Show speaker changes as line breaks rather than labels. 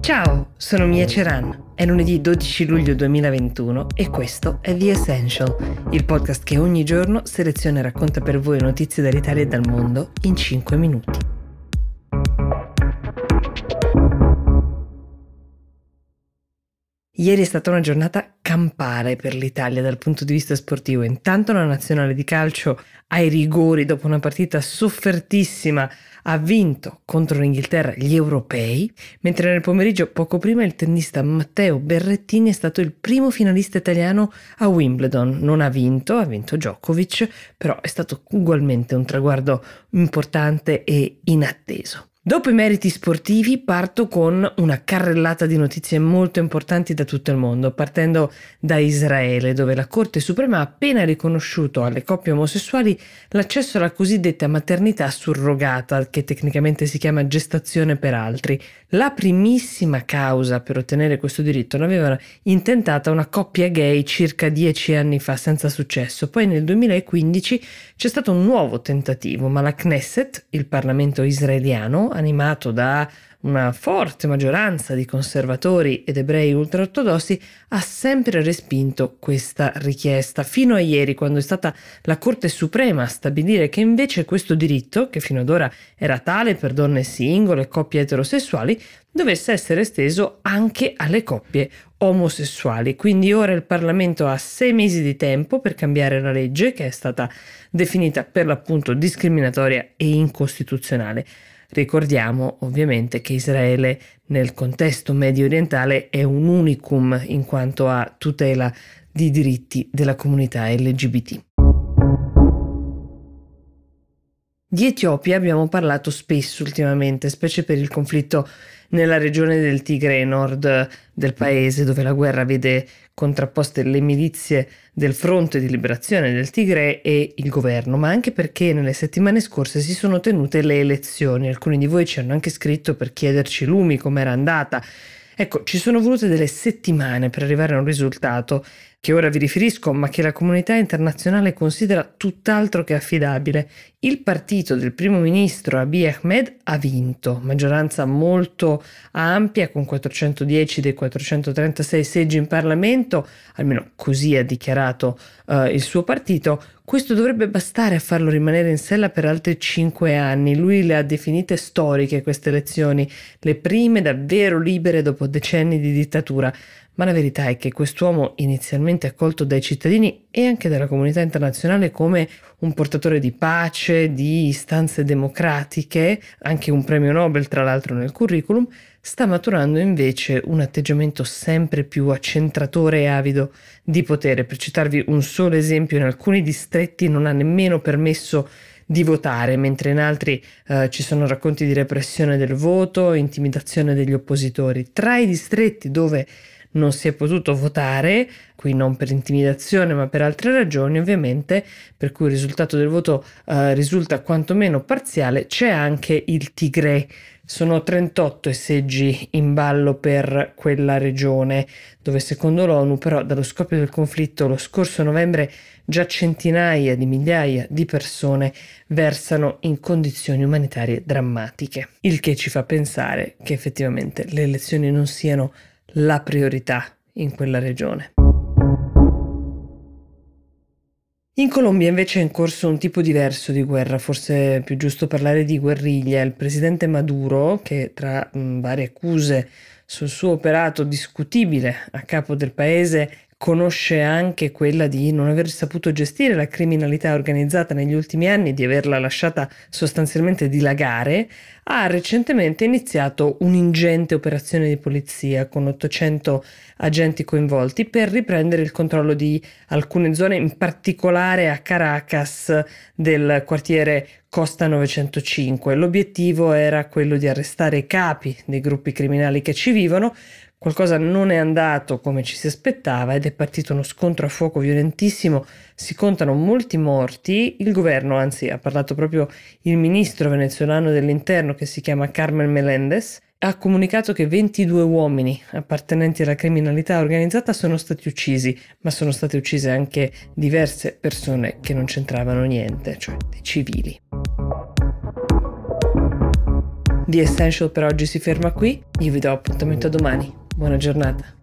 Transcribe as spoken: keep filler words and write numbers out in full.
Ciao, sono Mia Ceran. È lunedì dodici luglio duemilaventuno e questo è The Essential, il podcast che ogni giorno seleziona e racconta per voi notizie dall'Italia e dal mondo in cinque minuti. Ieri è stata una giornata campale per l'Italia dal punto di vista sportivo. Intanto la nazionale di calcio ai rigori dopo una partita soffertissima ha vinto contro l'Inghilterra gli europei, mentre nel pomeriggio poco prima il tennista Matteo Berrettini è stato il primo finalista italiano a Wimbledon. Non ha vinto, ha vinto Djokovic, però è stato ugualmente un traguardo importante e inatteso. Dopo i meriti sportivi parto con una carrellata di notizie molto importanti da tutto il mondo, partendo da Israele, dove la Corte Suprema ha appena riconosciuto alle coppie omosessuali l'accesso alla cosiddetta maternità surrogata, che tecnicamente si chiama gestazione per altri. La primissima causa per ottenere questo diritto l'aveva intentata una coppia gay circa dieci anni fa senza successo. Poi nel duemilaquindici c'è stato un nuovo tentativo, ma la Knesset, il Parlamento israeliano, animato da una forte maggioranza di conservatori ed ebrei ultraortodossi, ha sempre respinto questa richiesta, fino a ieri, quando è stata la Corte Suprema a stabilire che invece questo diritto, che fino ad ora era tale per donne singole e coppie eterosessuali, dovesse essere esteso anche alle coppie omosessuali. Quindi ora il Parlamento ha sei mesi di tempo per cambiare la legge, che è stata definita per l'appunto discriminatoria e incostituzionale. Ricordiamo ovviamente che Israele nel contesto medio orientale è un unicum in quanto a tutela di diritti della comunità L G B T. Di Etiopia abbiamo parlato spesso ultimamente, specie per il conflitto nella regione del Tigre, nord del paese, dove la guerra vede contrapposte le milizie del Fronte di Liberazione del Tigre e il governo, ma anche perché nelle settimane scorse si sono tenute le elezioni. Alcuni di voi ci hanno anche scritto per chiederci l'U M I com'era andata. Ecco, ci sono volute delle settimane per arrivare a un risultato che ora vi riferisco, ma che la comunità internazionale considera tutt'altro che affidabile. Il partito del primo ministro Abiy Ahmed ha vinto, maggioranza molto ampia con quattrocentodieci dei quattrocentotrentasei seggi in Parlamento, almeno così ha dichiarato uh, il suo partito. Questo dovrebbe bastare a farlo rimanere in sella per altri cinque anni. Lui le ha definite storiche queste elezioni, le prime davvero libere dopo decenni di dittatura. Ma la verità è che quest'uomo, inizialmente accolto dai cittadini e anche dalla comunità internazionale come un portatore di pace, di istanze democratiche, anche un premio Nobel tra l'altro nel curriculum, sta maturando invece un atteggiamento sempre più accentratore e avido di potere. Per citarvi un solo esempio, in alcuni distretti non ha nemmeno permesso di votare, mentre in altri eh, ci sono racconti di repressione del voto, intimidazione degli oppositori. Tra i distretti dove non si è potuto votare, qui non per intimidazione ma per altre ragioni ovviamente, per cui il risultato del voto eh, risulta quantomeno parziale, c'è anche il Tigre. Sono trentotto i seggi in ballo per quella regione, dove secondo l'ONU però dallo scoppio del conflitto lo scorso novembre già centinaia di migliaia di persone versano in condizioni umanitarie drammatiche, il che ci fa pensare che effettivamente le elezioni non siano la priorità in quella regione. In Colombia invece è in corso un tipo diverso di guerra, forse è più giusto parlare di guerriglia. Il presidente Maduro, che tra mh, varie accuse sul suo operato discutibile a capo del paese, conosce anche quella di non aver saputo gestire la criminalità organizzata negli ultimi anni, di averla lasciata sostanzialmente dilagare, ha recentemente iniziato un'ingente operazione di polizia con ottocento agenti coinvolti per riprendere il controllo di alcune zone, in particolare a Caracas del quartiere Costa novecentocinque. L'obiettivo era quello di arrestare i capi dei gruppi criminali che ci vivono. Qualcosa non è andato come ci si aspettava ed è partito uno scontro a fuoco violentissimo, si contano molti morti. Il governo, anzi ha parlato proprio il ministro venezuelano dell'interno che si chiama Carmen Melendez, ha comunicato che ventidue uomini appartenenti alla criminalità organizzata sono stati uccisi, ma sono state uccise anche diverse persone che non c'entravano niente, cioè dei civili. The Essential per oggi si ferma qui, io vi do appuntamento a domani. Buona giornata.